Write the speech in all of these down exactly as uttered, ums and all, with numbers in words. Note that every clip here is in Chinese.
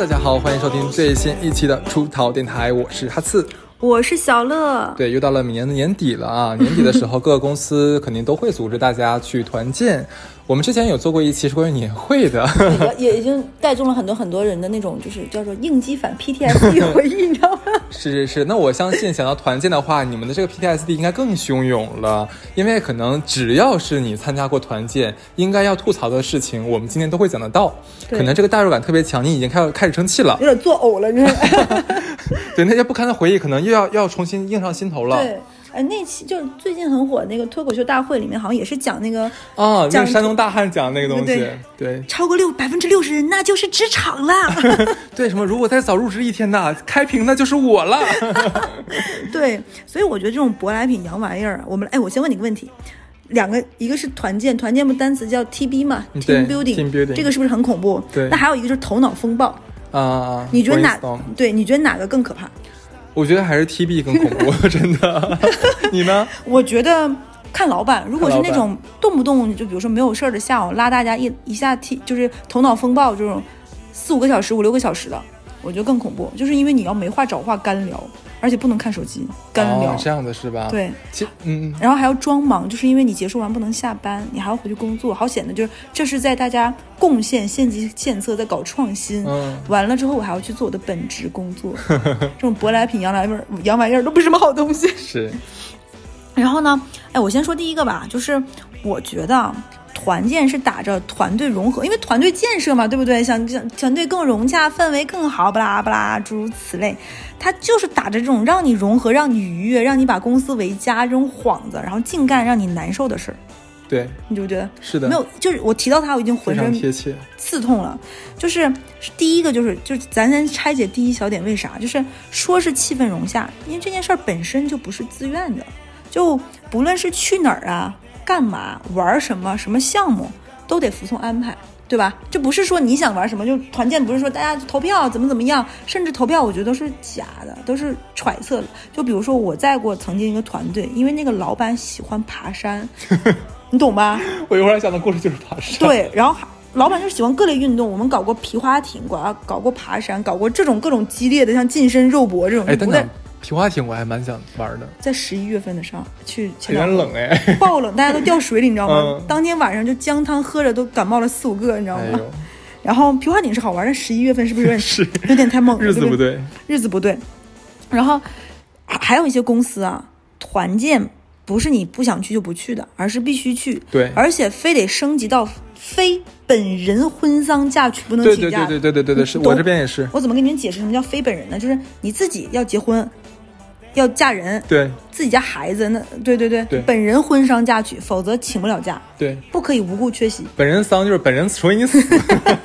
大家好，欢迎收听最新一期的出逃电台，我是哈刺， 我是小乐。 对，又到了每年的年底了啊！年底的时候，各个公司肯定都会组织大家去团建。我们之前有做过一期是关于年会的， 也已经带动了很多很多人的那种就是叫做应激反 P T S D 回忆，你知道吗？ 是是是，那我相信想到团建的话，你们的这个 P T S D 应该更汹涌了，因为可能只要是你参加过团建，应该要吐槽的事情，我们今天都会讲得到。可能这个代入感特别强，你已经开始开始生气了， 有点作呕了，你知道吗？ 对，那些不堪的回忆，可能又要又要重新映上心头了。 对。哎，那期就是最近很火那个脱口秀大会里面，好像也是讲那个啊，讲山东大汉讲那个东西，对， 对超过六百分之六十人那就是职场了。 对，什么如果再早入职一天呐，开屏那就是我了。 对，所以我觉得这种舶来品洋玩意儿，我们哎，我先问你个问题，两个一个是团建，团建不单词叫 T B 嘛 ，team building， team building， 这个是不是很恐怖？ 对， 那还有一个就是头脑风暴啊， 你觉得哪？对，你觉得哪个更可怕？ 我觉得还是 T B 更恐怖，真的。你呢？ 我觉得看老板，如果是那种动不动就比如说没有事儿的下午拉大家一一下 T， 就是头脑风暴这种四五个小时、五六个小时的，我觉得更恐怖，就是因为你要没话找话干聊，而且不能看手机，干聊。 哦，这样的是吧？ 对， 嗯， 然后还要装忙，就是因为你结束完不能下班，你还要回去工作，好显得就是这是在大家贡献献计献策，在搞创新。嗯，完了之后我还要去做我的本职工作，这种舶来品洋来味儿洋玩意儿都不是什么好东西。 是。 然后呢，哎，我先说第一个吧，就是我觉得团建是打着团队融合，因为团队建设嘛，对不对？想想团队更融洽，氛围更好，巴拉巴拉，诸如此类。它就是打着这种让你融合、让你愉悦、让你把公司为家这种幌子，然后净干让你难受的事儿。 对， 你觉不觉得？ 是的， 没有，就是我提到它，我已经浑身刺痛了。就是第一个，就是就是咱先拆解第一小点，为啥？就是说是气氛融洽，因为这件事儿本身就不是自愿的，就不论是去哪儿啊。干嘛玩什么什么项目都得服从安排，对吧？这不是说你想玩什么就团建，不是说大家投票怎么怎么样，甚至投票我觉得都是假的，都是揣测的。就比如说我在过曾经一个团队，因为那个老板喜欢爬山，你懂吧？ 我一会儿想的故事就是爬山。 对，然后老板就是喜欢各类运动，我们搞过皮划艇，搞搞过爬山，搞过这种各种激烈的，像近身肉搏这种。 哎，等等。皮划艇我还蛮想玩的，在十一月份的上去， 有点冷哎， 爆冷，大家都掉水里，你知道吗？嗯、当天晚上就姜汤喝着都感冒了四五个，你知道吗？哎、然后皮划艇是好玩，但十一月份是不是有点是有点太猛了？ 日子不对， 日子不对。然后还有一些公司啊，团建不是你不想去就不去的，而是必须去， 对， 而且非得升级到非本人婚丧嫁娶不能请假。 对对对对对对对，是我这边也是。 我怎么跟你们解释什么叫非本人呢？就是你自己要结婚。要嫁人， 对自己家孩子，那对对对， 对本人婚丧嫁娶，否则请不了假， 对， 不可以无故缺席。 本人丧就是本人除非你死。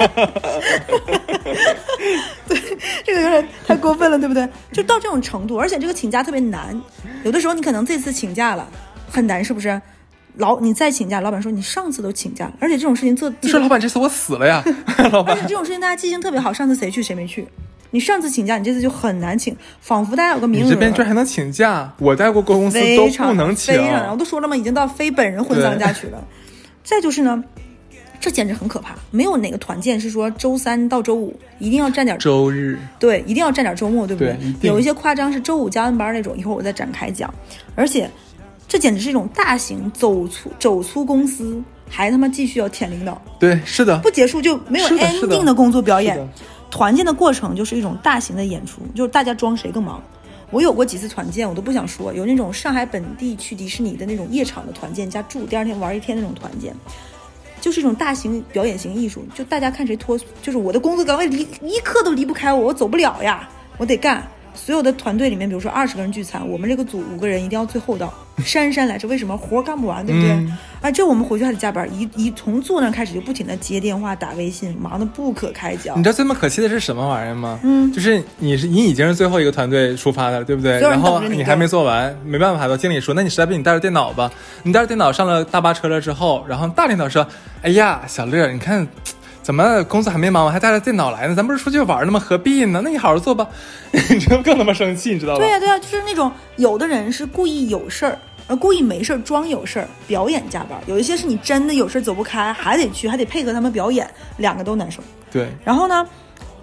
对，这个有点太过分了，对不对？就到这种程度，而且这个请假特别难，有的时候你可能这次请假了很难，是不是？老你再请假，老板说你上次都请假了，而且这种事情做， 你说老板这次我死了呀，老板。 而且这种事情大家记性特别好，上次谁去谁没去。你上次请假，你这次就很难请，仿佛大家有个名额。 你这边居然还能请假？我带过公司都不能请。 非常，我都说了嘛，已经到非本人婚丧嫁娶了。再就是呢，这简直很可怕。没有哪个团建是说周三到周五一定要占点周日， 对，一定要占点周末，对不对？ 对， 有一些夸张是周五加完班那种，一会儿我再展开讲。而且，这简直是一种大型走粗走粗公司，还他妈继续要舔领导。 对，是的， 不结束就没有 ending 的工作表演。团建的过程就是一种大型的演出，就是大家装谁更忙。我有过几次团建，我都不想说，有那种上海本地去迪士尼的那种夜场的团建加住第二天玩一天那种团建，就是一种大型表演型艺术，就大家看谁脱，就是我的工作岗位离一刻都离不开我，我走不了呀，我得干。所有的团队里面，比如说二十个人聚餐，我们这个组五个人一定要最后到，姗姗来迟。为什么？活干不完，对不对？嗯、啊，这我们回去还得加班，一一从坐那开始就不停的接电话、打微信，忙得不可开交。 你知道最么可气的是什么玩意儿吗？嗯，就是你是你已经是最后一个团队出发的，对不对？然后你还没做完，没办法，经理说，那你实在不行你带着电脑吧。你带着电脑上了大巴车了之后，然后大领导说，哎呀，小乐，你看。怎么工作还没忙完还带着电脑来呢？咱不是出去玩呢吗？何必呢？那你好好做吧。你这更他妈生气，你知道吧？ 对呀、啊、对呀、啊，就是那种有的人是故意有事儿，呃，故意没事装有事儿，表演加班；有一些是你真的有事走不开，还得去，还得配合他们表演，两个都难受。 对。 然后呢，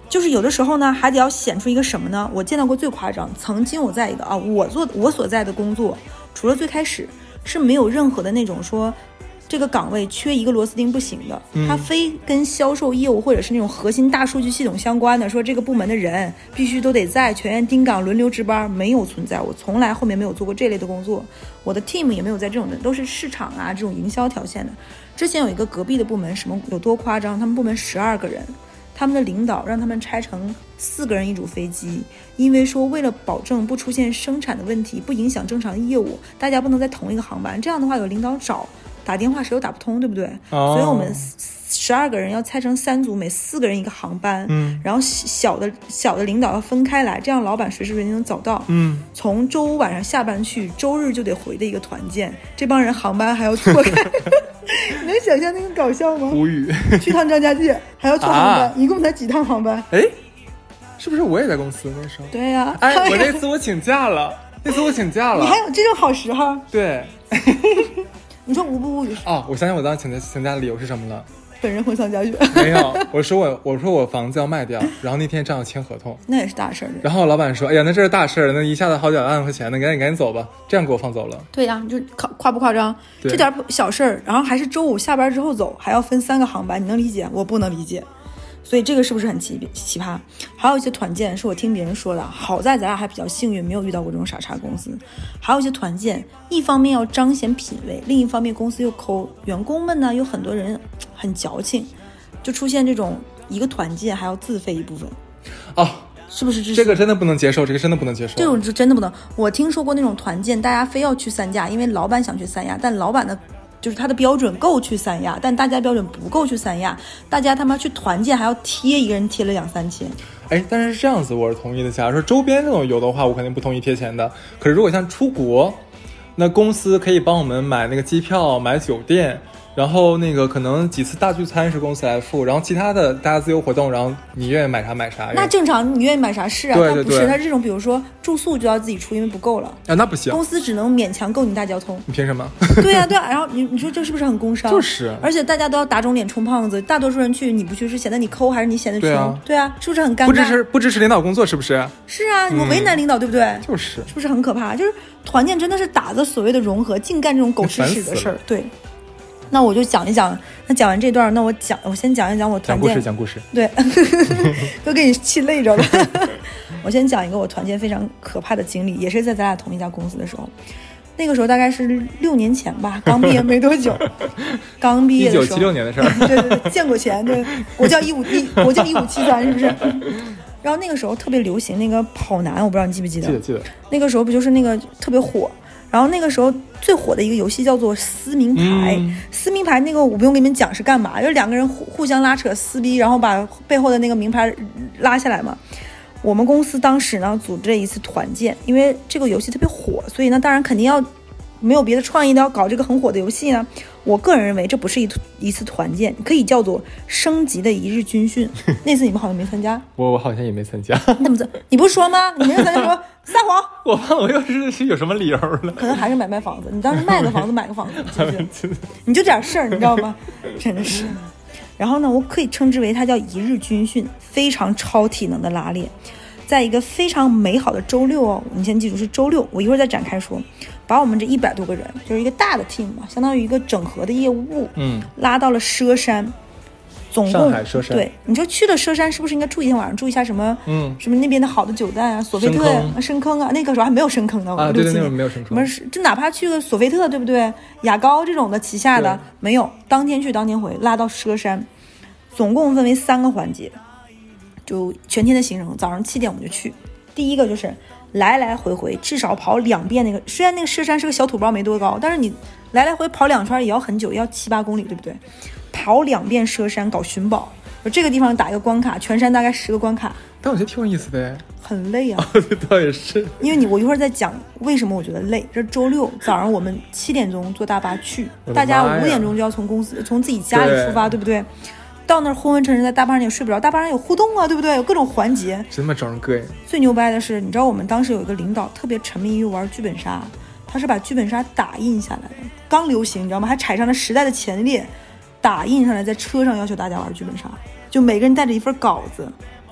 就是有的时候呢，还得要显出一个什么呢？我见到过最夸张，曾经我在一个啊，我做我所在的工作，除了最开始是没有任何的那种说这个岗位缺一个螺丝钉不行的， 嗯、 它非跟销售业务或者是那种核心大数据系统相关的，说这个部门的人必须都得在全员盯岗轮流值班，没有存在。我从来后面没有做过这类的工作，我的 team 也没有在这种的，都是市场啊这种营销条线的。之前有一个隔壁的部门，什么有多夸张？他们部门十二个人。他们的领导让他们拆成四个人一组飞机，因为说为了保证不出现生产的问题，不影响正常业务，大家不能在同一个航班，这样的话有领导找打电话谁都打不通，对不对？哦、所以我们十二个人要拆成三组，每四个人一个航班， 嗯， 然后小的小的领导要分开来，这样老板随时随地能找到。 嗯， 从周五晚上下班去，周日就得回的一个团建，这帮人航班还要错开。你能想象那个搞笑吗？ 无语。 去趟张家界还要错航班、啊、一共才几趟航班？ 哎，是不是我也在公司那时候？ 对呀、啊， 哎，我那次我请假了，那次我请假了。 你还有这种好时候？ 对。 你说无不无语？ 哦，我想想我当时请假请假的理由是什么了？ 本人婚丧嫁娶。 没有，我说我我说我房子要卖掉，然后那天正好签合同， 那也是大事儿。 然后老板说：“哎呀，那这是大事儿，那一下子好几万块钱，那赶紧赶紧走吧。”这样给我放走了。 对呀、啊，就夸夸不夸张？这点小事儿，然后还是周五下班之后走，还要分三个航班，你能理解？我不能理解。所以这个是不是很奇奇葩？还有一些团建是我听别人说的，好在咱俩还比较幸运，没有遇到过这种傻叉公司。还有一些团建，一方面要彰显品味，另一方面公司又抠，员工们呢有很多人很矫情，就出现这种一个团建还要自费一部分。 哦， 是不是这？ 这个真的不能接受，这个真的不能接受。 这种就真的不能。我听说过那种团建，大家非要去三亚，因为老板想去三亚，但老板的。就是他的标准够去三亚，但大家标准不够去三亚，大家他妈去团建还要贴一个人贴了两三千。 哎，但是这样子我是同意的。假如说周边这种游的话，我肯定不同意贴钱的。可是如果像出国，那公司可以帮我们买那个机票、买酒店，然后那个可能几次大聚餐是公司来付，然后其他的大家自由活动，然后你愿意买啥买啥。 那正常，你愿意买啥是啊？ 对对对， 他不是，他这种比如说住宿就要自己出，因为不够了啊，那不行， 公司只能勉强够你大交通。 你凭什么？ 对呀、啊、对呀、啊，然后你你说这是不是很工伤？ 就是， 而且大家都要打肿脸充胖子，大多数人去你不去是显得你抠还是你显得穷？ 对啊， 对啊，是不是很尴尬？ 不支持不支持领导工作是不是？ 是啊，你们为难领导、嗯、对不对？ 就是， 是不是很可怕？就是团建真的是打着所谓的融合，净干这种狗吃屎的事儿。对。那我就讲一讲，那讲完这段，那我讲，我先讲一讲我团建。 讲故事，讲故事。 对，都给你气累着了。我先讲一个我团建非常可怕的经历，也是在咱俩同一家公司的时候。那个时候大概是六年前吧，刚毕业没多久，刚毕业的时候。一九七六年的事儿。 对对对，建国前，对，国教一五一，国教一五七三，是不是？然后那个时候特别流行那个跑男，我不知道你记不记得？ 记得记得。 那个时候不就是那个特别火。然后那个时候最火的一个游戏叫做撕名牌、嗯、撕名牌那个我不用给你们讲是干嘛，就是两个人互互相拉扯撕逼，然后把背后的那个名牌拉下来嘛。我们公司当时呢组织了一次团建，因为这个游戏特别火，所以呢当然肯定要没有别的创意的要搞这个很火的游戏呢。我个人认为这不是一一次团建，可以叫做升级的一日军训。那次你们好像没参加。 我我好像也没参加。 那么你不是说吗？你没有参加说撒谎。 我忘了我又是是有什么理由了。 可能还是买卖房子，你当时卖个房子买个房子，就是你就点事儿，你知道吗？真是。然后呢，我可以称之为它叫一日军训，非常超体能的拉练。在一个非常美好的周六哦，你先记住是周六，我一会儿再展开说。把我们这一百多个人，就是一个大的 team 嘛，相当于一个整合的业务部， 嗯， 拉到了佘山，总共上海佘山。 对，你说去了佘山，是不是应该住一天晚上，住一下什么， 嗯， 什么那边的好的酒店啊，索菲特呀、啊、深坑啊，那个时候还没有深坑呢， 啊，对对，那会儿没有深坑， 什么就哪怕去个索菲特，对不对？雅高这种的旗下的没有，当天去当天回，拉到佘山，总共分为三个环节，就全天的行程，早上七点我们就去，第一个就是。来来回回至少跑两遍那个，虽然那个佘山是个小土包没多高，但是你来来回跑两圈也要很久，也要七八公里，对不对？跑两遍佘山搞寻宝，这个地方打一个关卡，全山大概十个关卡。 但我觉得挺有意思的， 很累啊。 倒也是， 因为你我一会儿再讲为什么我觉得累。这周六早上我们七点钟坐大巴去，大家五点钟就要从公司从自己家里出发， 对, 对不对？到那儿昏昏沉沉，在大巴上也睡不着，大巴上有互动啊，对不对？有各种环节， 真他妈找人膈应。 最牛掰的是，你知道我们当时有一个领导特别沉迷于玩剧本杀，他是把剧本杀打印下来的，刚流行，你知道吗？还踩上了时代的前列，打印上来在车上要求大家玩剧本杀，就每个人带着一份稿子，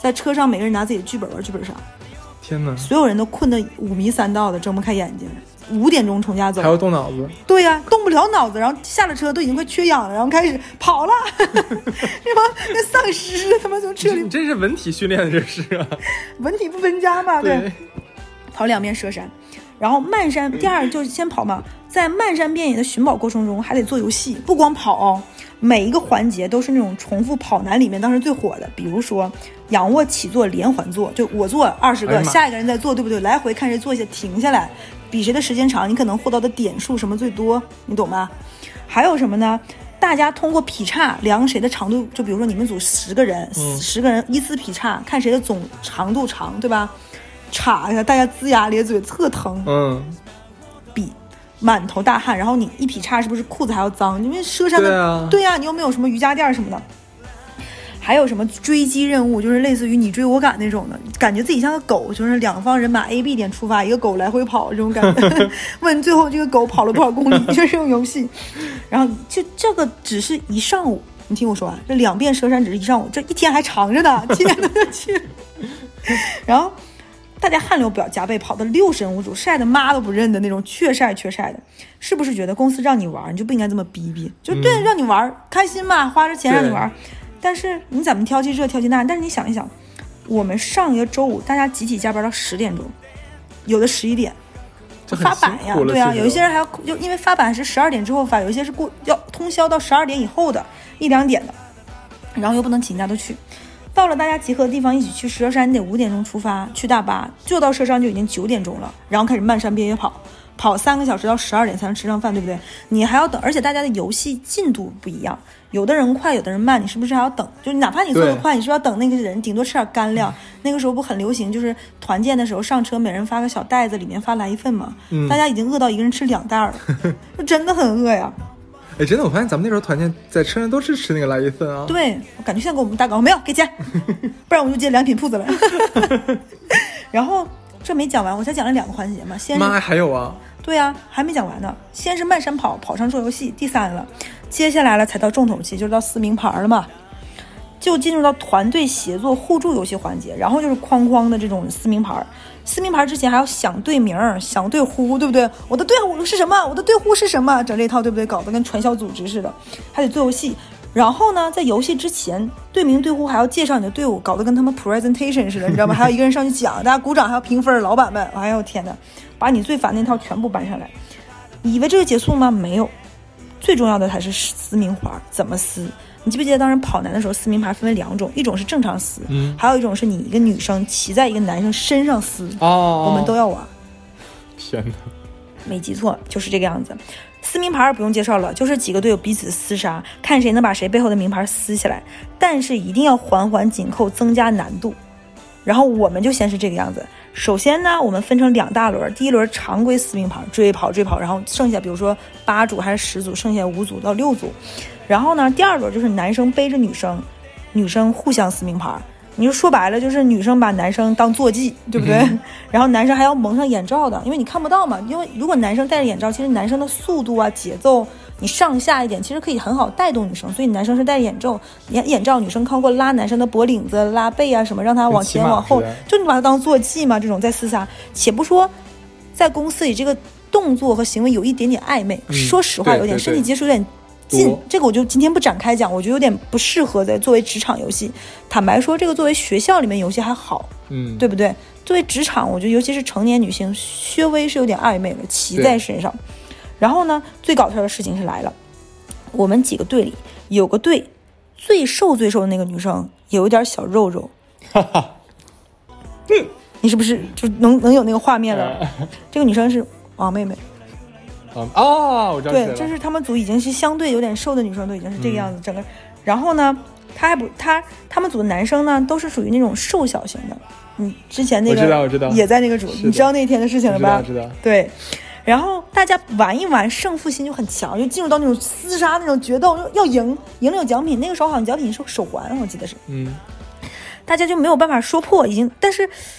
在车上每个人拿自己的剧本玩剧本杀。 天哪！ 所有人都困得五迷三道的，睁不开眼睛。五点钟从家走， 还要动脑子。 对呀、啊，动不了脑子，然后下了车都已经快缺氧了，然后开始跑了，是吧？跟丧尸他妈从车里。 你这是文体训练的，这是啊， 文体不分家嘛？对， 对跑两遍佘山，然后漫山第二就是先跑嘛，在漫山遍野的寻宝过程中还得做游戏，不光跑哦，每一个环节都是那种重复跑男里面当时最火的，比如说仰卧起坐连环做，就我做二十个、哎，下一个人再做，对不对？来回看谁做一下，停下来。比谁的时间长，你可能获得的点数什么最多，你懂吗？还有什么呢？大家通过劈叉量谁的长度，就比如说你们组十个人，嗯、十个人依次劈叉，看谁的总长度长，对吧？叉一下，大家龇牙咧嘴，特疼。 嗯， 比满头大汗，然后你一劈叉，是不是裤子还要脏？因为佘山的， 对啊， 对呀、啊，你又没有什么瑜伽垫什么的。还有什么追击任务，就是类似于你追我赶那种的，感觉自己像个狗，就是两方人马 A B 点出发，一个狗来回跑这种感觉。问最后这个狗跑了多少公里，就是这种游戏。然后就这个只是一上午，你听我说完，这两遍佘山只是一上午，这一天还长着呢，天哪去！然后大家汗流浃背，跑得六神无主，晒得妈都不认的那种，缺晒缺晒的，是不是觉得公司让你玩，你就不应该这么逼逼？就对，嗯、让你玩开心嘛，花着钱让你玩。但是你怎么挑剔这挑剔那？但是你想一想，我们上一个周五大家集体加班到十点钟，有的十一点，发版呀，对啊，有一些人还要就因为发版是十二点之后发，有一些是过要通宵到十二点以后的一两点的，然后又不能请假都去。到了大家集合的地方一起去佘山，你得五点钟出发去大巴，就到佘山就已经九点钟了，然后开始漫山遍野跑。跑三个小时到十二点才能吃上饭，对不对？你还要等，而且大家的游戏进度不一样，有的人快，有的人慢，你是不是还要等？就哪怕你做得快，你是不是要等那个人顶多吃点干粮？那个时候不很流行，就是团建的时候上车，每人发个小袋子，里面发来一份嘛。嗯、大家已经饿到一个人吃两袋了，就真的很饿呀。 哎，真的，我发现咱们那时候团建在车上都是吃那个来一份啊。 对，我感觉像给我们打广告，没有给钱，不然我们就接良品铺子了。然后这没讲完，我才讲了两个环节嘛。先妈还有啊。 对啊，还没讲完呢。先是漫山跑，跑上做游戏，第三了。接下来了才到重头戏，就是到撕名牌了嘛，就进入到团队协作互助游戏环节，然后就是哐哐的这种撕名牌。撕名牌之前还要想队名，想队呼，对不对？我的队伍是什么？我的队呼是什么？整这套对不对？搞得跟传销组织似的，还得做游戏。然后呢，在游戏之前，队名队呼还要介绍你的队伍，搞得跟他们 presentation 似的，你知道吗？还有一个人上去讲，大家鼓掌，还要评分，老板们，哎呦天哪，把你最烦那套全部搬上来。以为这个结束吗？没有，最重要的还是撕名牌，怎么撕？你记不记得当时跑男的时候撕名牌分为两种，一种是正常撕，嗯，还有一种是你一个女生骑在一个男生身上撕。哦，我们都要玩。 天哪， 没记错，就是这个样子。撕名牌不用介绍了，就是几个队友彼此厮杀，看谁能把谁背后的名牌撕下来，但是一定要环环紧扣，增加难度。然后我们就先是这个样子。首先呢，我们分成两大轮，第一轮常规撕名牌，追跑追跑，然后剩下比如说八组还是十组，剩下五组到六组。然后呢，第二轮就是男生背着女生，女生互相撕名牌。你就说白了就是女生把男生当坐骑，对不对？嗯、然后男生还要蒙上眼罩的，因为你看不到嘛。因为如果男生戴着眼罩，其实男生的速度啊、节奏，你上下一点，其实可以很好带动女生。所以男生是戴着眼罩，眼眼罩，女生靠过拉男生的脖领子、拉背啊什么，让他往前往后，就你把他当坐骑嘛。这种在厮杀，且不说在公司里这个动作和行为有一点点暧昧，嗯、说实话有点身体接触有点。近这个我就今天不展开讲，我觉得有点不适合在作为职场游戏。坦白说，这个作为学校里面游戏还好，嗯，对不对？作为职场，我觉得尤其是成年女性，稍微是有点暧昧了，骑在身上。然后呢，最搞笑的事情是来了，我们几个队里有个队最瘦最瘦的那个女生有一点小肉肉，哈哈，嗯，你是不是就能能有那个画面了？这个女生是王妹妹。 啊、哦，我知道。 对，就是他们组已经是相对有点瘦的女生，都已经是这个样子，嗯、整个。然后呢，他还不他他们组的男生呢，都是属于那种瘦小型的。你之前那个我知道，我知道， 也在那个组，你知道那天的事情了吧？ 知道，知道。 对，然后大家玩一玩，胜负心就很强，就进入到那种厮杀那种决斗，要赢，赢了有奖品。那个时候好像奖品是手环，我记得是。嗯。大家就没有办法说破，已经，但是。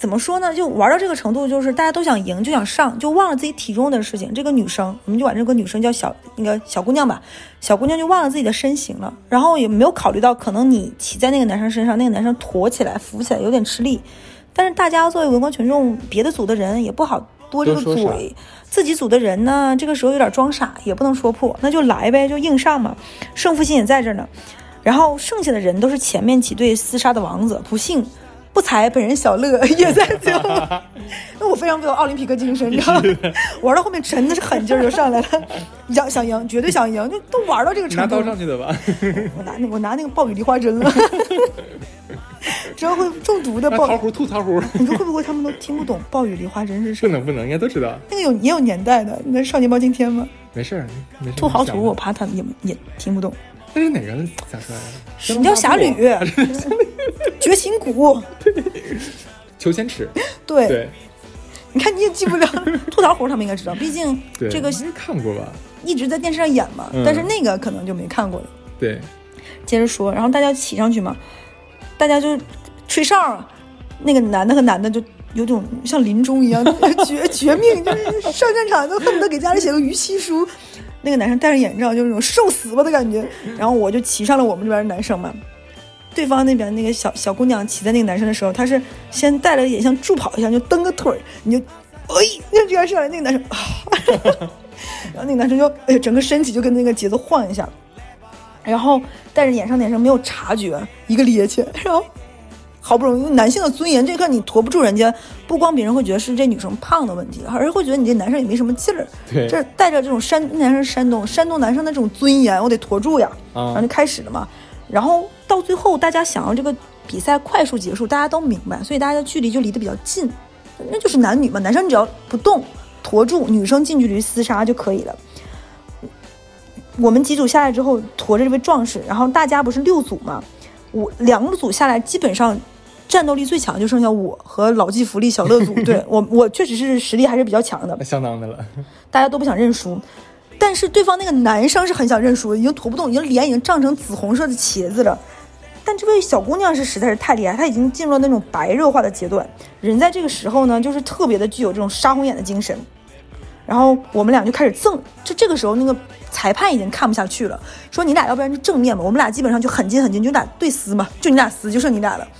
怎么说呢，就玩到这个程度，就是大家都想赢，就想上，就忘了自己体重的事情。这个女生，我们就管这个女生叫小那个小姑娘吧，小姑娘就忘了自己的身形了，然后也没有考虑到可能你骑在那个男生身上，那个男生驮起来扶起来有点吃力，但是大家作为围观群众，别的组的人也不好多这个嘴，自己组的人呢，这个时候有点装傻，也不能说破，那就来呗，就硬上嘛，胜负心也在这呢。然后剩下的人都是前面几队厮杀的王子，不幸不才本人小乐也在最后。那我非常没有奥林匹克精神，你知道吗？玩到后面真的是狠劲儿就上来了，想想赢，绝对想赢，就都玩到这个程度。 拿刀上去的吧？ 我拿那我拿那个暴雨梨花针了。只要会中毒的暴桃核吐桃核， 你说会不会他们都听不懂暴雨梨花针是什么？不能不能，应该都知道。 那个有也有年代的，那少年包青天吗？ 没事没事。 吐豪图我怕他也也听不懂。 那是哪个想出来的？ 神雕侠侣、绝情谷、 裘千尺。 对对， 你看你也记不了。吐槽活他们应该知道，毕竟这个看过吧， 一直在电视上演嘛、嗯。但是那个可能就没看过了。 对， 接着说，然后大家骑上去嘛，大家就吹哨，那个男的和男的就有种像临终一样绝绝命，就是上战场都恨不得给家里写个逾期书。那个男生戴着眼罩，就是那种受死吧的感觉。然后我就骑上了我们这边的男生嘛，对方那边那个小小姑娘骑在那个男生的时候，她是先带了一点像助跑一样，就蹬个腿，你就哎，就这样上来，那个男生啊，然后那个男生就哎，整个身体就跟那个节奏晃一下，然后戴着眼罩的男生没有察觉，一个趔趄，然后好不容易男性的尊严，这刻你驮不住人家，不光别人会觉得是这女生胖的问题，而是会觉得你这男生也没什么劲儿。 对， 这带着这种山男生山东山东男生的这种尊严，我得驮住呀。嗯、然后就开始了嘛。然后到最后，大家想要这个比赛快速结束，大家都明白，所以大家的距离就离得比较近，那就是男女嘛，男生只要不动驮住，女生近距离厮杀就可以了。我们几组下来之后，驮着这位壮士，然后大家不是六组嘛，我两个组下来基本上。战斗力最强就剩下我和老骥伏枥小乐组，对我我确实是实力还是比较强的， 相当的了。 大家都不想认输，但是对方那个男生是很想认输，已经驮不动，已经脸已经涨成紫红色的茄子了。但这位小姑娘是实在是太厉害，她已经进入了那种白热化的阶段。人在这个时候呢，就是特别的具有这种杀红眼的精神。然后我们俩就开始赠，就这个时候那个裁判已经看不下去了，说你俩要不然就正面吧，我们俩基本上就很近很近，就俩对撕嘛，就你俩撕，就剩你俩了。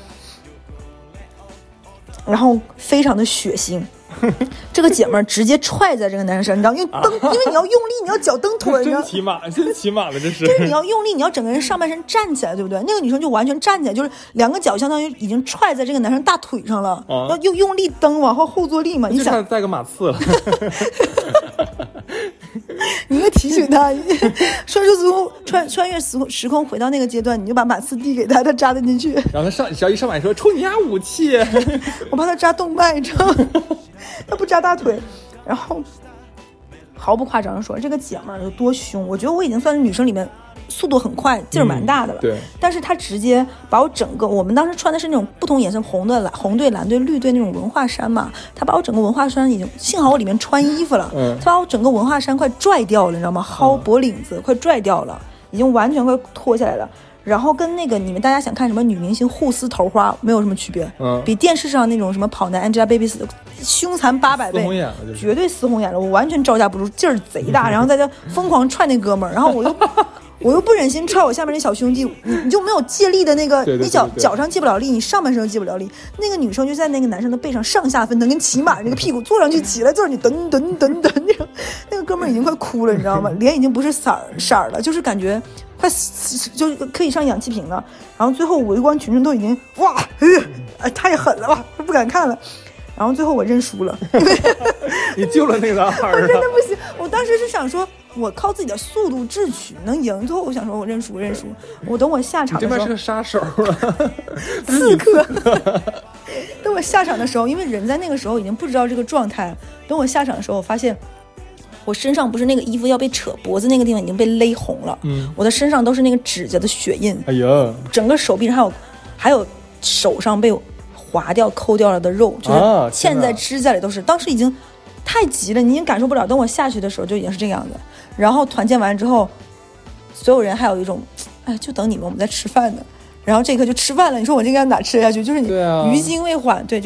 然后非常的血腥，这个姐们儿直接踹在这个男生身上，你知道，因为蹬，因为你要用力，你要脚蹬腿， 真骑马，真骑马了，这是。 就是你要用力，你要整个人上半身站起来，对不对？那个女生就完全站起来，就是两个脚相当于已经踹在这个男生大腿上了，啊、要又用力蹬，往后后坐力嘛。你想带个马刺了。 你应该提醒他，穿越时空穿穿越时空时空回到那个阶段，你就把马刺递给他，他扎得进去。 然后他上只要一上马说抽你丫武器， 我怕他扎动脉，你知道吗？他不扎大腿。然后毫不夸张的说，这个姐们儿有多凶，我觉得我已经算是女生里面速度很快劲儿蛮大的了、 嗯、对， 但是她直接把我整个，我们当时穿的是那种不同颜色，红的蓝红队蓝队绿队那种文化衫嘛，她把我整个文化衫已经，幸好我里面穿衣服了，嗯，她把我整个文化衫快拽掉了，你知道吗？薅脖领子、嗯、快拽掉了，已经完全快脱下来了。然后跟那个你们大家想看什么女明星互撕头花没有什么区别，嗯，比电视上那种什么跑男 Angelababy 死的凶残八百倍， 撕红眼了、就是、 绝对撕红眼了，我完全招架不住，劲儿贼大，然后在这疯狂踹那哥们儿，然后我又我又不忍心踹我下面那小兄弟，你你就没有借力的那个， 对对对对， 你脚脚上借不了力，你上半身都借不了力。那个女生就在那个男生的背上上下分腾，跟骑马那个屁股坐上去起来，就是你噔噔噔噔那种，那个哥们儿已经快哭了，你知道吗？脸已经不是色儿色儿了，就是感觉快就是可以上氧气瓶了。然后最后围观群众都已经哇，哎太狠了吧，不敢看了。然后最后我认输了， 你救了那个男孩， 我真的不行。我当时是想说，我靠自己的速度智取能赢。最后我想说，我认输，认输。我等我下场的时候， 你这边是个杀手了， 刺客。等我下场的时候，因为人在那个时候已经不知道这个状态。等我下场的时候，我发现我身上不是那个衣服要被扯脖子那个地方已经被勒红了，嗯，我的身上都是那个指甲的血印， 哎呀， 整个手臂上还有还有手上被划掉抠掉了的肉，就是嵌在指甲里都是、啊、当时已经太急了，你已经感受不了。等我下去的时候就已经是这个样子。然后团建完之后，所有人还有一种哎，就等你们，我们在吃饭呢。然后这一刻就吃饭了，你说我这该哪吃下去？就是你余惊未缓，对，就是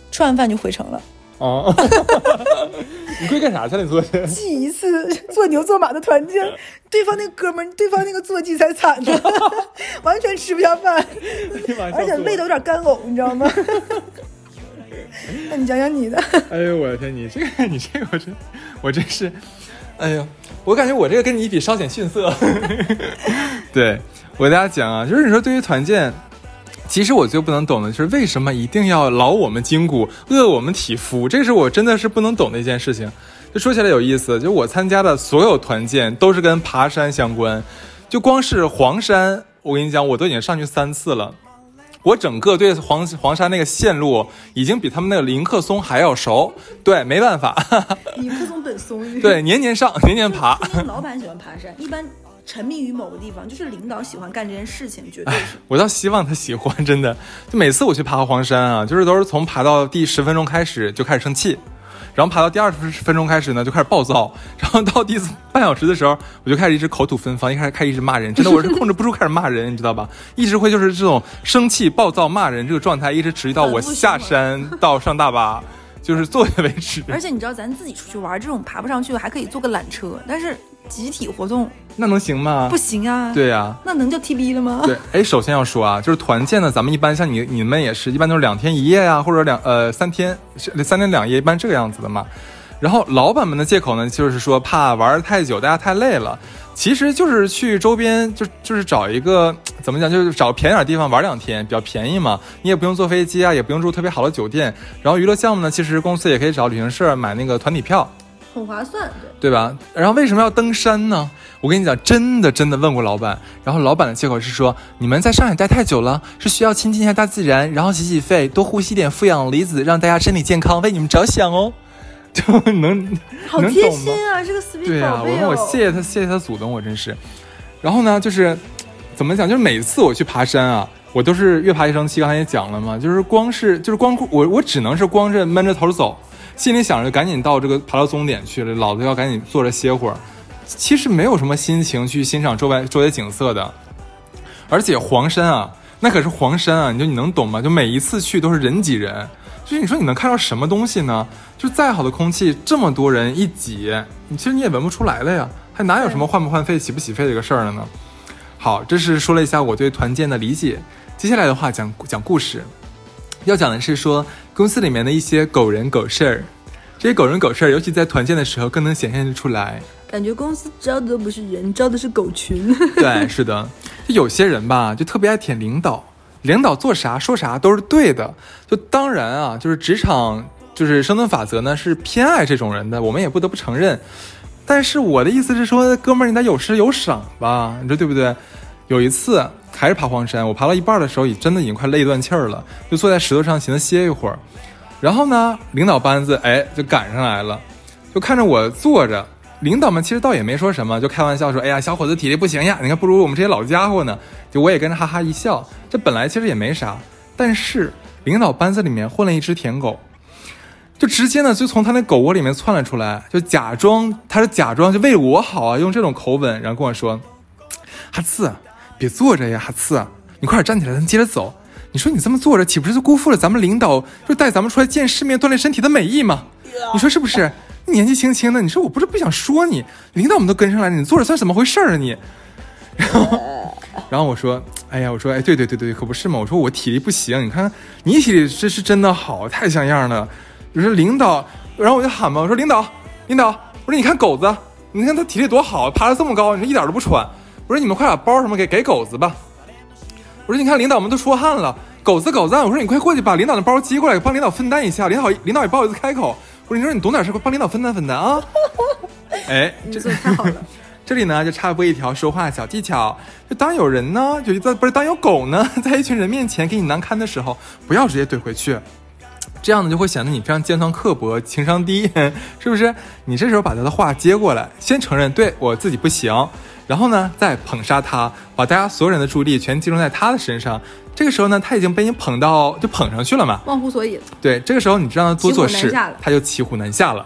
吃完饭就回城了。 哦，你会干啥去？你做去记一次做牛做马的团建，对方那个哥们儿，对方那个坐骑才惨呢，完全吃不下饭，而且胃都有点干呕，你知道吗？那你讲讲你的。 哎呦我的天，你这个你这个我真我真是，哎呦，我感觉我这个跟你比稍显逊色。对，我给大家讲啊，就是你说对于团建。其实我最不能懂的就是为什么一定要劳我们筋骨饿我们体肤，这是我真的是不能懂的一件事情。就说起来有意思，就我参加的所有团建都是跟爬山相关，就光是黄山我跟你讲我都已经上去三次了，我整个对黄黄山那个线路已经比他们那个林克松还要熟。对，没办法， 林克松本松。 对，年年上年年爬。 老板喜欢爬山，一般沉迷于某个地方，就是领导喜欢干这件事情，绝对是。 我倒希望他喜欢，真的。就每次我去爬黄山啊，就是都是从爬到第十分钟开始就开始生气，然后爬到第二十分钟开始呢就开始暴躁，然后到第半小时的时候我就开始一直口吐芬芳，一开始开始一直骂人，真的我是控制不住开始骂人，你知道吧？一直会就是这种生气暴躁骂人这个状态一直持续到我下山到上大巴。就是坐下为止。 而且你知道咱自己出去玩这种爬不上去还可以坐个缆车，但是集体活动那能行吗？ 不行啊。 对啊， 那能叫 T B 了吗？ 对，哎，首先要说啊，就是团建呢，咱们一般像你你们也是一般都是两天一夜呀、啊，或者两呃三天三天两夜，一般这个样子的嘛。然后老板们的借口呢，就是说怕玩太久，大家太累了。其实就是去周边就就是找一个怎么讲，就是找便宜点地方玩两天，比较便宜嘛，你也不用坐飞机啊，也不用住特别好的酒店。然后娱乐项目呢，其实公司也可以找旅行社买那个团体票， 很划算， 对对吧？然后为什么要登山呢？我跟你讲，真的真的问过老板，然后老板的借口是说，你们在上海待太久了，是需要亲近一下大自然，然后洗洗肺，多呼吸点负氧离子，让大家身体健康，为你们着想哦。就能好贴心啊，这个 sweet 对啊， 宝贝、 哦、我我谢谢他，谢谢他祖宗，我真是。然后呢，就是怎么讲，就是每次我去爬山啊，我都是越爬越生气。刚才也讲了嘛，就是光是就是光我我只能是光着闷着头走，心里想着赶紧到这个爬到终点去了，老子要赶紧坐着歇会儿。其实没有什么心情去欣赏周围周围景色的。而且黄山啊，那可是黄山啊，你就你能懂吗？就每一次去都是人挤人。就是你说你能看到什么东西呢？就再好的空气，这么多人一挤，你其实你也闻不出来了呀，还哪有什么换不换肺、洗不洗肺这个事儿了呢？好，这是说了一下我对团建的理解。接下来的话讲讲故事，要讲的是说公司里面的一些狗人狗事儿。这些狗人狗事儿，尤其在团建的时候更能显现出来。 感觉公司招的都不是人，招的是狗群。 对，是的，就有些人吧，就特别爱舔领导。领导做啥说啥都是对的，就当然啊，就是职场就是生存法则呢是偏爱这种人的，我们也不得不承认。但是我的意思是说，哥们儿你得有失有赏吧，你说对不对？有一次还是爬黄山，我爬到一半的时候，也真的已经快累断气儿了，就坐在石头上寻思歇一会儿。然后呢，领导班子哎就赶上来了，就看着我坐着。领导们其实倒也没说什么，就开玩笑说：“哎呀，小伙子体力不行呀，你看不如我们这些老家伙呢。”就我也跟着哈哈一笑，这本来其实也没啥。但是领导班子里面混了一只舔狗，就直接呢就从他那狗窝里面窜了出来，就假装他是假装就为我好啊，用这种口吻，然后跟我说：“哈次，别坐着呀，哈次，你快点站起来，咱接着走。你说你这么坐着，岂不是就辜负了咱们领导就带咱们出来见世面、锻炼身体的美意吗？你说是不是？”年纪轻轻的，你说我不是不想说你，领导们都跟上来，你坐着算怎么回事啊你？然后，然后我说，哎呀，我说，哎，对对对对，可不是嘛，我说我体力不行，你看你体力这是真的好，太像样了。我说领导，然后我就喊嘛，我说领导，领导，我说你看狗子，你看他体力多好，爬得这么高，你说一点都不喘。我说你们快把包什么给给狗子吧。我说你看领导们都出汗了，狗子狗子，我说你快过去把领导的包接过来，帮领导分担一下，领导领导也不好意思开口。我说你说你懂点事，帮领导分担分担啊！哎， 这做太好了。 这里呢就插播一条说话小技巧，就当有人呢，就不是当有狗呢，在一群人面前给你难堪的时候，不要直接怼回去，这样呢就会显得你非常尖酸刻薄、情商低，是不是？你这时候把他的话接过来，先承认对我自己不行，然后呢再捧杀他，把大家所有人的注意力全集中在他的身上。这个时候呢，他已经被你捧到就捧上去了嘛， 忘乎所以了。 对，这个时候你让他多做事，他就骑虎难下了。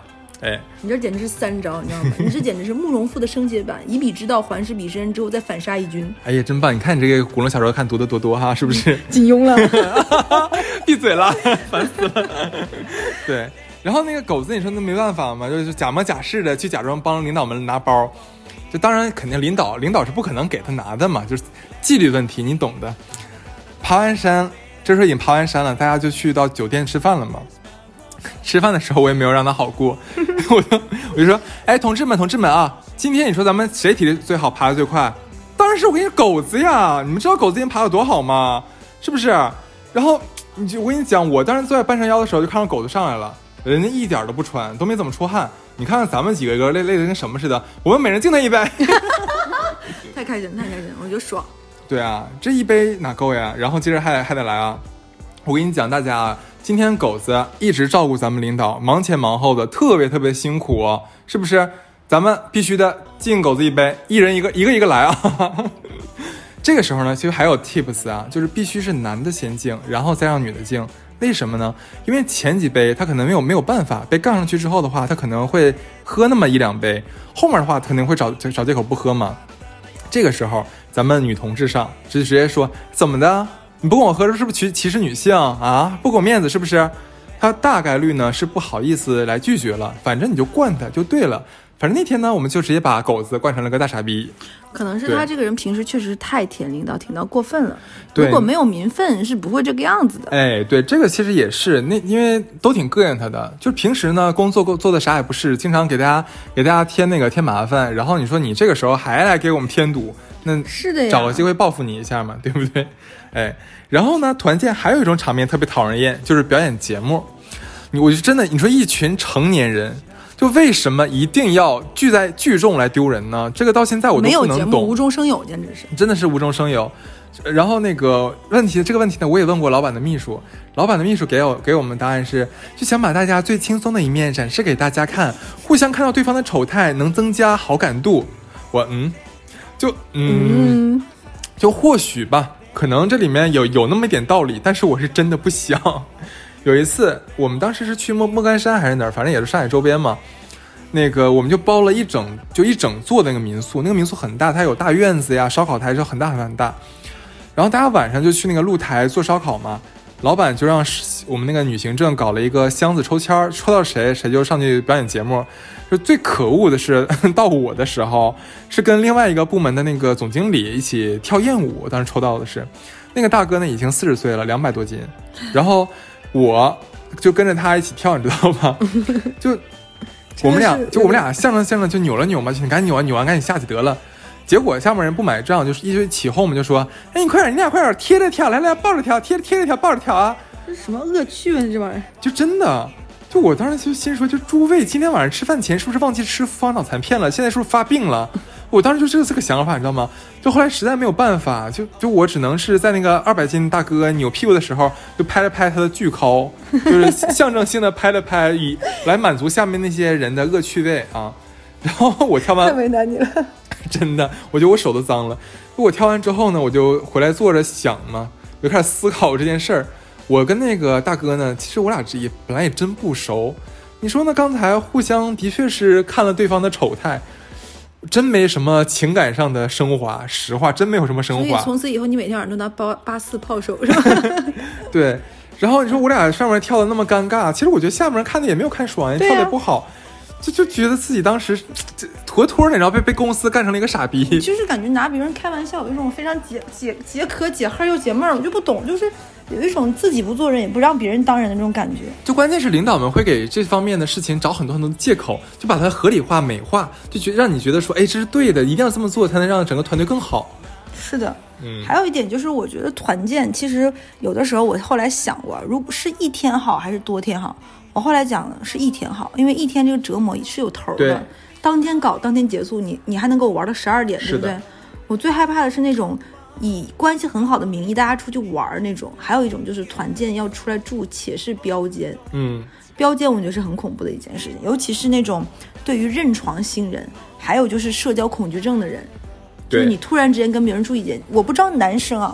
哎， 你这简直是三招，你知道吗？你这简直是慕容复的升阶版，以彼之道还施彼身之后再反杀一军。 哎呀，真棒！你看你这个古龙小说看读的多多哈，是不是？ 金庸了， 闭嘴了，烦死了。对，然后那个狗子，你说那没办法嘛，就是假模假式的去假装帮领导们拿包，就当然肯定领导领导是不可能给他拿的嘛，就是纪律问题，你懂的。爬完山，这时候已经爬完山了，大家就去到酒店吃饭了嘛。吃饭的时候我也没有让他好过，我就我就说，哎，同志们同志们啊，今天你说咱们谁体力最好，爬得最快？当然是我跟你狗子呀！你们知道狗子今天爬得多好吗？是不是？然后你就我跟你讲，我当时坐在半山腰的时候就看到狗子上来了，人家一点都不喘，都没怎么出汗。你看看咱们几个个累累的跟什么似的，我们每人敬他一杯。 太开心太开心，我就爽。 对啊，这一杯哪够呀？然后接着还还得来啊！我跟你讲，大家啊。今天狗子一直照顾咱们领导，忙前忙后的，特别特别辛苦哦，是不是？咱们必须的敬狗子一杯，一人一个，一个一个来啊！这个时候呢，其实还有 tips 啊，就是必须是男的先敬，然后再让女的敬。为什么呢？因为前几杯他可能没有没有办法被杠上去之后的话，他可能会喝那么一两杯，后面的话肯定会找找借口不喝嘛。这个时候，咱们女同志上就直接说怎么的？你不跟我喝是不是歧视女性啊？不给我面子是不是？他大概率呢是不好意思来拒绝了，反正你就惯他就对了。反正那天呢，我们就直接把狗子惯成了个大傻逼。 可能是他这个人平时确实太舔领导，舔到过分了。如果没有民愤，是不会这个样子的。 哎，对，这个其实也是那，因为都挺膈应他的。就平时呢，工作做的啥也不是，经常给大家给大家添那个添麻烦。然后你说你这个时候还来给我们添堵，那是的呀， 找个机会报复你一下嘛，对不对？哎，然后呢，团建还有一种场面特别讨人厌，就是表演节目。你我就真的，你说一群成年人。就为什么一定要聚在聚众来丢人呢？这个到现在我都不能懂。 没有节目无中生有，简直是真的是无中生有。然后那个问题，这个问题呢，我也问过老板的秘书，老板的秘书给我给我们答案是，就想把大家最轻松的一面展示给大家看，互相看到对方的丑态，能增加好感度。我嗯，就嗯，嗯就或许吧，可能这里面有有那么一点道理，但是我是真的不想。有一次我们当时是去莫莫干山还是哪儿，反正也是上海周边嘛，那个我们就包了一整就一整座那个民宿，那个民宿很大，它有大院子呀，烧烤台就很大很大。然后大家晚上就去那个露台做烧烤嘛，老板就让我们那个女行政搞了一个箱子抽签，抽到谁谁就上去表演节目。就最可恶的是到我的时候是跟另外一个部门的那个总经理一起跳艳舞，当时抽到的是那个大哥呢已经四十岁了，两百多斤，然后我就跟着他一起跳，你知道吗？就我们俩就我们俩相声相声就扭了扭嘛，你赶紧扭完扭完赶紧下去得了。结果下面人不买账，就是一堆起哄，我们就说，哎，你快点，你俩快点贴着跳，来来抱着跳，贴着贴着跳，抱着跳啊！ 这什么恶趣味这玩意儿？ 就真的，就我当时就心说，就诸位今天晚上吃饭前是不是忘记吃复方脑残片了？现在是不是发病了？我当时就这个想法，你知道吗？就后来实在没有办法，就就我只能是在那个二百斤大哥扭屁股的时候，就拍了拍他的巨尻，就是象征性的拍了拍，以来满足下面那些人的恶趣味啊。然后我跳完， 太为难你了， 真的，我觉得我手都脏了。我跳完之后呢，我就回来坐着想嘛，就开始思考这件事儿。我跟那个大哥呢，其实我俩也本来也真不熟。你说呢？刚才互相的确是看了对方的丑态。真没什么情感上的升华，实话真没有什么升华。 所以从此以后你每天晚上都拿八八四泡手是吧？ 对，然后你说我俩上面跳的那么尴尬，其实我觉得下面人看的也没有看爽，也跳的也不好，就就觉得自己当时妥妥的，然后被被公司干成了一个傻逼。 就是感觉拿别人开玩笑，有一种非常解解解渴解恨又解闷儿，我就不懂，就是有一种自己不做人也不让别人当人的那种感觉。 就关键是领导们会给这方面的事情找很多很多的借口，就把它合理化美化，就觉让你觉得说，哎，这是对的，一定要这么做才能让整个团队更好。 是的，嗯，还有一点就是我觉得团建其实有的时候我后来想过，如果是一天好还是多天好，我后来讲是一天好，因为一天这个折磨是有头的，当天搞当天结束，你你还能给我玩到十二点，对不对？我最害怕的是那种以关系很好的名义大家出去玩那种，还有一种就是团建要出来住且是标间， 嗯， 标间我觉得是很恐怖的一件事情，尤其是那种对于认床新人，还有就是社交恐惧症的人，就是你突然之间跟别人住一间，我不知道男生啊，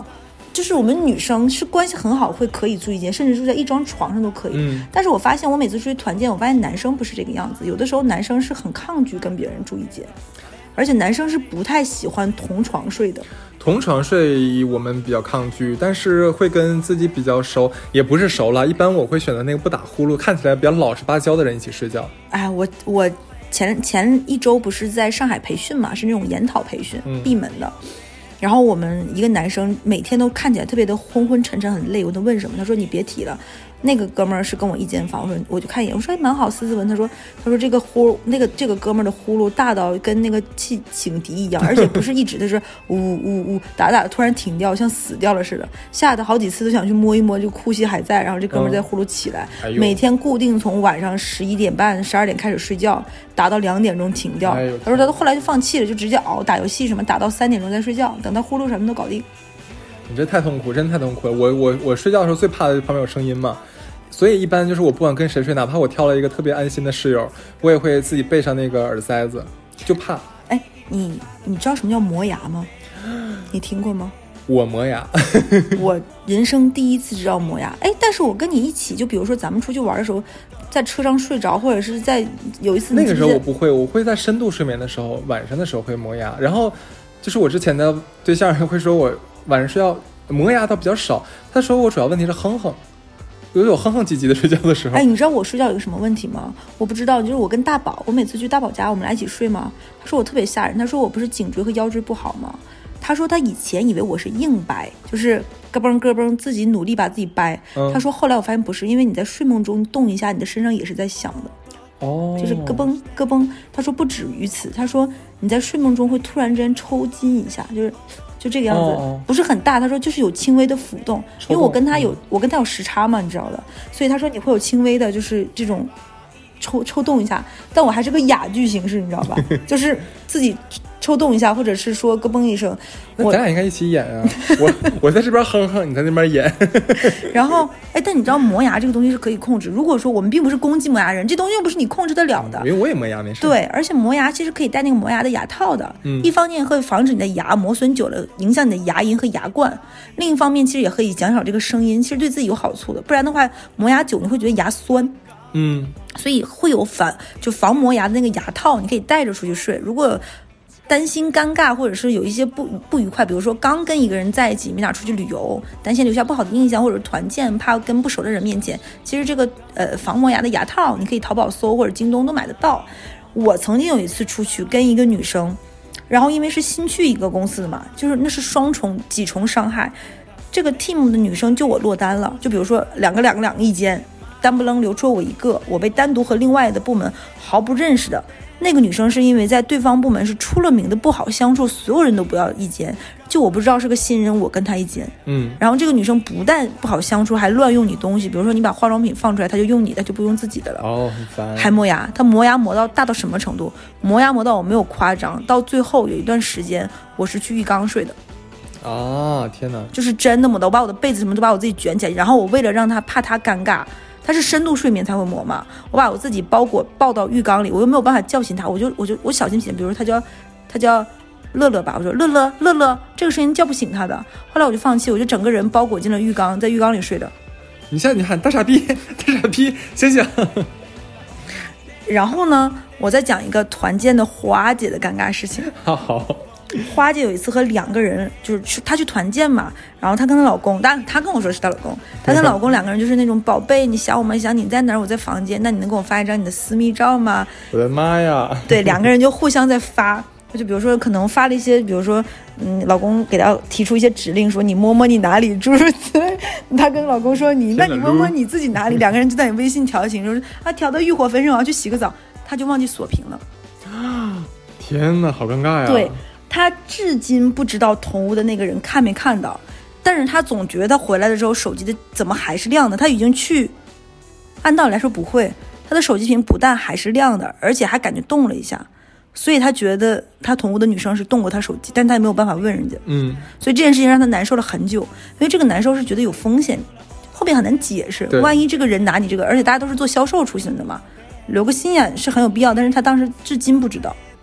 就是我们女生是关系很好会可以住一间，甚至住在一张床上都可以、 嗯、 但是我发现我每次出去团建，我发现男生不是这个样子，有的时候男生是很抗拒跟别人住一间，而且男生是不太喜欢同床睡的。 同床睡我们比较抗拒，但是会跟自己比较熟，也不是熟了，一般我会选择那个不打呼噜看起来比较老实巴交的人一起睡觉。 哎，我我前前一周不是在上海培训嘛，是那种研讨培训、嗯、闭门的，然后我们一个男生每天都看起来特别的昏昏沉沉很累，我都问什么，他说你别提了，那个哥们儿是跟我一间房，我说我就看一眼，我说蛮好斯斯文，他说他说这个呼那个这个哥们儿的呼噜大到跟那个气警笛一样，而且不是一直的是呜呜呜打打突然停掉，像死掉了似的，吓得好几次都想去摸一摸，就呼吸还在，然后这哥们儿再呼噜起来、嗯哎、每天固定从晚上十一点半十二点开始睡觉，打到两点钟停掉、哎、他说他后来就放弃了，就直接熬打游戏什么打到三点钟再睡觉，等他呼噜什么都搞定。 你这太痛苦，真的太痛苦了。我我我睡觉的时候最怕的就是旁边有声音嘛，所以一般就是我不管跟谁睡，哪怕我挑了一个特别安心的室友，我也会自己备上那个耳塞子，就怕。 哎，你你知道什么叫磨牙吗？你听过吗？ 我磨牙我人生第一次知道磨牙。哎，但是我跟你一起，就比如说咱们出去玩的时候，在车上睡着，或者是在有一次那个时候我不会，我会在深度睡眠的时候，晚上的时候会磨牙。然后就是我之前的对象会说我晚上睡觉磨牙倒比较少，他说我主要问题是哼哼，有有哼哼唧唧的睡觉的时候。 哎，你知道我睡觉有个什么问题吗？我不知道，就是我跟大宝，我每次去大宝家，我们俩一起睡嘛。他说我特别吓人，他说我不是颈椎和腰椎不好吗？他说他以前以为我是硬掰，就是咯嘣咯嘣自己努力把自己掰、嗯、他说后来我发现不是，因为你在睡梦中动一下，你的身上也是在响的哦， 就是咯嘣咯嘣。他说不止于此，他说你在睡梦中会突然之间抽筋一下，就是就这个样子、哦、不是很大，他说就是有轻微的浮动，因为我跟他有、嗯、我跟他有时差嘛，你知道的，所以他说你会有轻微的就是这种抽抽动一下，但我还是个哑剧形式，你知道吧就是自己抽动一下，或者是说咯嘣一声。 那咱俩应该一起演啊我我在这边哼哼，你在那边演然后哎，但你知道磨牙这个东西是可以控制，如果说我们并不是攻击磨牙人，这东西又不是你控制得了的、 嗯、因为我也磨牙没事。 对，而且磨牙其实可以戴那个磨牙的牙套的、嗯、一方面会防止你的牙磨损久了影响你的牙龈和牙冠，另一方面其实也可以减少这个声音，其实对自己有好处的，不然的话磨牙久你会觉得牙酸。 嗯， 所以会有反就防磨牙的那个牙套，你可以带着出去睡。如果担心尴尬，或者是有一些不不愉快，比如说刚跟一个人在一起没哪出去旅游，担心留下不好的印象，或者团建怕跟不熟的人面前，其实这个呃防磨牙的牙套你可以淘宝搜或者京东都买得到。我曾经有一次出去跟一个女生，然后因为是新去一个公司的嘛，就是那是双重几重伤害，这个 team 的女生就我落单了，就比如说两个两个两个一间，单不楞留出我一个，我被单独和另外的部门毫不认识的那个女生，是因为在对方部门是出了名的不好相处，所有人都不要一间，就我不知道是个新人，我跟她一间。 嗯， 然后这个女生不但不好相处，还乱用你东西，比如说你把化妆品放出来，她就用你的，就不用自己的了。 哦，很烦。 还磨牙，她磨牙磨到大到什么程度？磨牙磨到我没有夸张，到最后有一段时间我是去浴缸睡的。 啊，天哪！ 就是真的磨的，我把我的被子什么都把我自己卷起来，然后我为了让她怕她尴尬。他是深度睡眠才会磨嘛，我把我自己包裹抱到浴缸里，我又没有办法叫醒他，我就我就我小心点，比如说他叫他叫乐乐吧，我说乐乐乐乐，这个声音叫不醒他的。后来我就放弃，我就整个人包裹进了浴缸，在浴缸里睡的。 你现在你喊大傻逼大傻逼醒醒然后呢我再讲一个团建的花姐的尴尬事情。 好好， 花姐有一次和两个人就是去她去团建嘛，然后她跟她老公，但她跟我说是她老公，她跟老公两个人就是那种宝贝你想我吗，想你在哪儿，我在房间，那你能给我发一张你的私密照吗？ 我的妈呀， 对，两个人就互相在发，就比如说可能发了一些，比如说嗯，老公给她提出一些指令，说你摸摸你哪里，诸如此类，她跟老公说你那你摸摸你自己哪里，两个人就在微信调情，说啊调到欲火焚身，我要去洗个澡，她就忘记锁屏了。 天哪，好尴尬呀。 对，他至今不知道同屋的那个人看没看到，但是他总觉得回来的时候手机的怎么还是亮的，他已经去，按道理来说不会，他的手机屏不但还是亮的，而且还感觉动了一下，所以他觉得他同屋的女生是动过他手机，但他也没有办法问人家。 嗯， 所以这件事情让他难受了很久，因为这个难受是觉得有风险，后面很难解释，万一这个人拿你这个，而且大家都是做销售出身的嘛，留个心眼是很有必要，但是他当时至今不知道。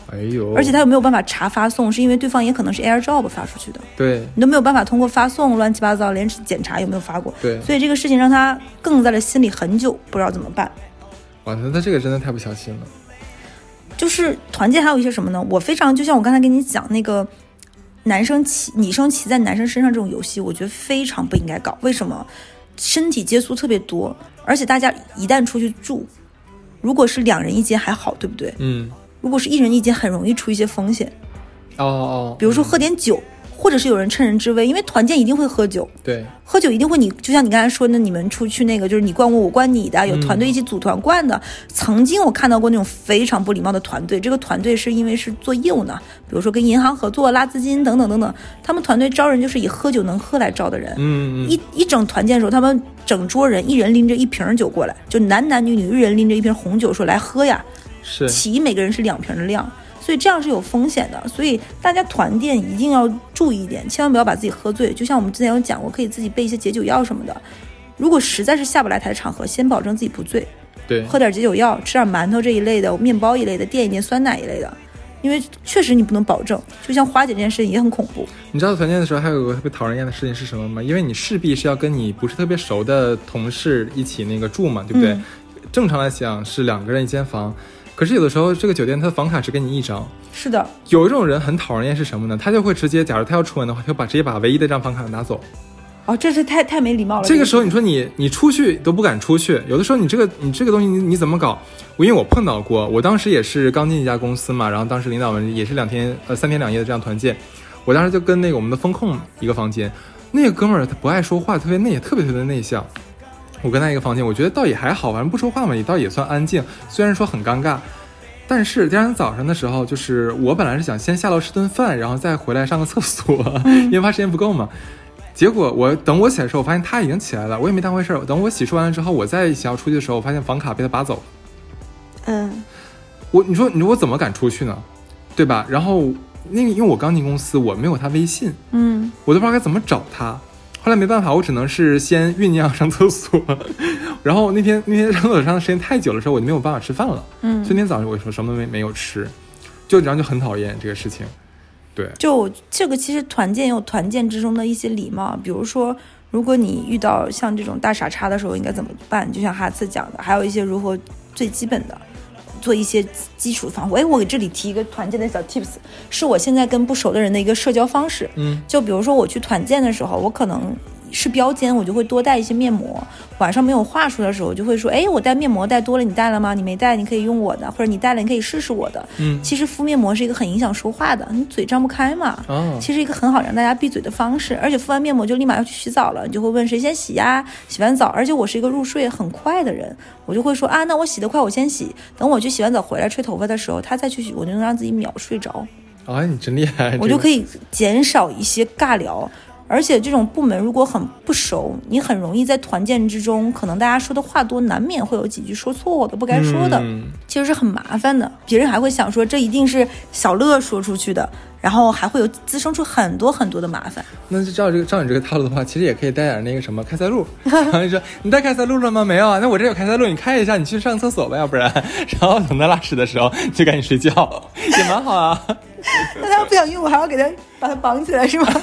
哎呦， 而且他又没有办法查发送，是因为对方也可能是 AirDrop 发出去的， 对， 你都没有办法通过发送乱七八糟连检查有没有发过， 对， 所以这个事情让他更在了心里很久，不知道怎么办。 哇，那他这个真的太不小心了。 就是团建还有一些什么呢？我非常就像我刚才跟你讲那个男生骑女生骑在男生身上这种游戏，我觉得非常不应该搞。为什么？身体接触特别多，而且大家一旦出去住，如果是两人一间还好，对不对？ 嗯。 如果是一人一间，很容易出一些风险。 哦哦。 比如说喝点酒。嗯，或者是有人趁人之危，因为团建一定会喝酒， 对， 喝酒一定会你就像你刚才说的，你们出去那个就是你灌我我灌你的，有团队一起组团灌的、嗯、曾经我看到过那种非常不礼貌的团队，这个团队是因为是做业务呢，比如说跟银行合作拉资金等等等等，他们团队招人就是以喝酒能喝来招的人，嗯，一一整团建的时候，他们整桌人一人拎着一瓶酒过来，就男男女女一人拎着一瓶红酒说来喝呀， 是起每个人是两瓶的量，所以这样是有风险的，所以大家团建一定要注意一点，千万不要把自己喝醉。就像我们之前有讲过，可以自己备一些解酒药什么的。如果实在是下不来台的场合，先保证自己不醉， 对， 喝点解酒药，吃点馒头这一类的，面包一类的，垫一垫酸奶一类的，因为确实你不能保证。就像花姐这件事情也很恐怖。 你知道团建的时候还有个特别讨人厌的事情是什么吗？因为你势必是要跟你不是特别熟的同事一起那个住嘛，对不对？嗯、正常来讲是两个人一间房。可是有的时候这个酒店它的房卡只给你一张， 是的， 有一种人很讨人厌是什么呢？他就会直接，假如他要出门的话，他就把直接把唯一的这张房卡拿走。 哦，这是太太没礼貌了。 这个时候你说你你出去都不敢出去，有的时候你这个你这个东西 你, 你怎么搞？我因为我碰到过，我当时也是刚进一家公司嘛，然后当时领导们也是两天呃三天两夜的这样团建，我当时就跟那个我们的风控一个房间，那个哥们儿他不爱说话，特别内特别特别内向。我跟他一个房间，我觉得倒也还好，反正不说话嘛，也倒也算安静，虽然说很尴尬。但是第二天早上的时候，就是我本来是想先下楼吃顿饭，然后再回来上个厕所，因为怕时间不够嘛。结果我等我起来的时候，我发现他已经起来了，我也没当回事。等我洗漱完了之后，我再想要出去的时候，我发现房卡被他拔走。嗯，我你说你说我怎么敢出去呢？对吧？然后那个因为我刚进公司，我没有他微信，嗯，我都不知道该怎么找他。后来没办法，我只能是先酝酿上厕所，然后那天那天上厕所上的时间太久的时候，我就没有办法吃饭了。嗯，所以那天早上我说什么都没没有吃，就然后就很讨厌这个事情。对， 就这个其实团建有团建之中的一些礼貌，比如说如果你遇到像这种大傻叉的时候应该怎么办？就像哈次讲的，还有一些如何最基本的做一些基础防护。哎，我给这里提一个团建的小 tips， 是我现在跟不熟的人的一个社交方式。嗯，就比如说我去团建的时候，我可能是标间，我就会多带一些面膜。晚上没有话说的时候，我就会说，哎，我带面膜带多了，你带了吗？你没带，你可以用我的，或者你带了，你可以试试我的。嗯，其实敷面膜是一个很影响说话的，你嘴张不开嘛。哦，其实一个很好让大家闭嘴的方式。而且敷完面膜就立马要去洗澡了，你就会问谁先洗呀？洗完澡，而且我是一个入睡很快的人，我就会说啊，那我洗得快，我先洗，等我去洗完澡回来吹头发的时候，他再去洗，我就能让自己秒睡着。 哎，你真厉害！ 我就可以减少一些尬聊。而且这种部门如果很不熟，你很容易在团建之中，可能大家说的话多，难免会有几句说错的不该说的、嗯、其实是很麻烦的。别人还会想说这一定是小乐说出去的，然后还会有滋生出很多很多的麻烦。 那就照这个照你这个套路的话，其实也可以带点那个什么开塞露，然后你说你带开塞露了吗？没有啊，那我这有开塞露，你开一下，你去上厕所吧，要不然然后等他拉屎的时候就赶紧睡觉，也蛮好啊。 那他要不想用，我还要给他把他绑起来是吗？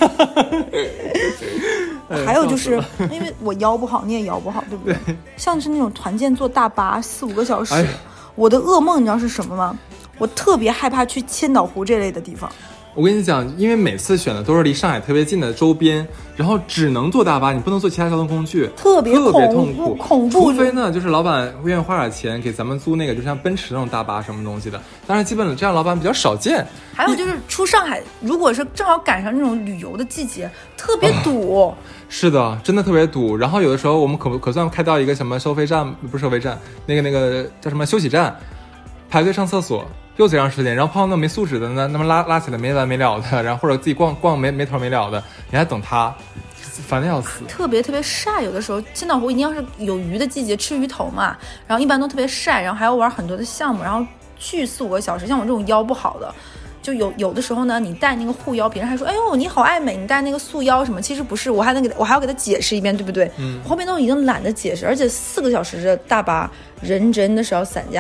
还有就是因为我腰不好，你也腰不好，对不对？对，像是那种团建坐大巴四五个小时、哎、我的噩梦你知道是什么吗？我特别害怕去千岛湖这类的地方。 我跟你讲，因为每次选的都是离上海特别近的周边，然后只能坐大巴，你不能坐其他交通工具， 特别特别痛苦恐怖。 除非呢，就是老板愿意花点钱给咱们租那个，就像奔驰那种大巴什么东西的。当然，基本这样老板比较少见。 还有就是出上海，如果是正好赶上那种旅游的季节，特别堵。哦、 是的，真的特别堵。然后有的时候我们可可算开到一个什么收费站，不是收费站，那个那个叫什么休息站，排队上厕所。又贼长时间，然后碰到那没素质的呢，那么拉拉起来没完没了的，然后或者自己逛逛没没头没了的，你还等他，烦得要死。 特别特别晒，有的时候千岛湖一定要是有鱼的季节，吃鱼头嘛，然后一般都特别晒，然后还要玩很多的项目，然后去四五个小时。像我这种腰不好的，就有有的时候呢，你带那个护腰，别人还说，哎呦你好爱美，你带那个束腰什么，其实不是，我还能给他，我还要给他解释一遍，对不对？嗯，后面都已经懒得解释，而且四个小时的大巴，人真的是要散架。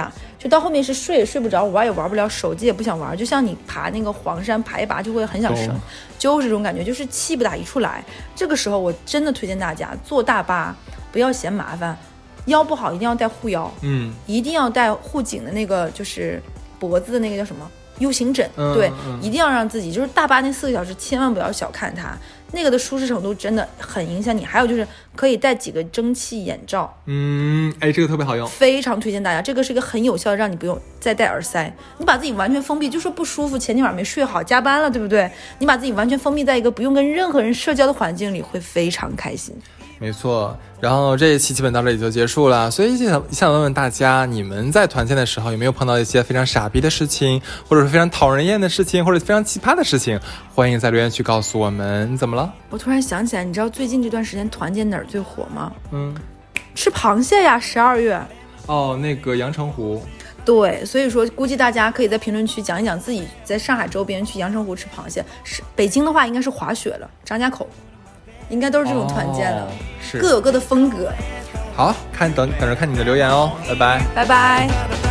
就到后面是睡也睡不着，玩也玩不了，手机也不想玩，就像你爬那个黄山爬一爬就会很想生，就是这种感觉，就是气不打一处来。这个时候我真的推荐大家坐大巴不要嫌麻烦，腰不好一定要带护腰， 嗯， 一定要带护颈的那个，就是脖子的那个叫什么 U 型枕， 嗯、 对、 嗯， 一定要让自己，就是大巴那四个小时千万不要小看它，那个的舒适程度真的很影响你。还有就是可以戴几个蒸汽眼罩， 嗯，哎，这个特别好用， 非常推荐大家。这个是一个很有效的，让你不用再戴耳塞，你把自己完全封闭，就说不舒服，前天晚上没睡好，加班了，对不对？你把自己完全封闭在一个不用跟任何人社交的环境里，会非常开心。 没错，然后这一期基本到这里就结束了，所以想想问问大家，你们在团建的时候有没有碰到一些非常傻逼的事情，或者是非常讨人厌的事情，或者非常奇葩的事情？欢迎在留言区告诉我们。你怎么了？ 我突然想起来，你知道最近这段时间团建哪儿最火吗？ 嗯， 吃螃蟹呀，十二月。 哦，那个阳澄湖。 对，所以说估计大家可以在评论区讲一讲自己在上海周边去阳澄湖吃螃蟹。是北京的话，应该是滑雪了，张家口。应该都是这种团建了、哦、 是各有各的风格。 好看，等等着看你的留言哦，拜拜， 拜拜。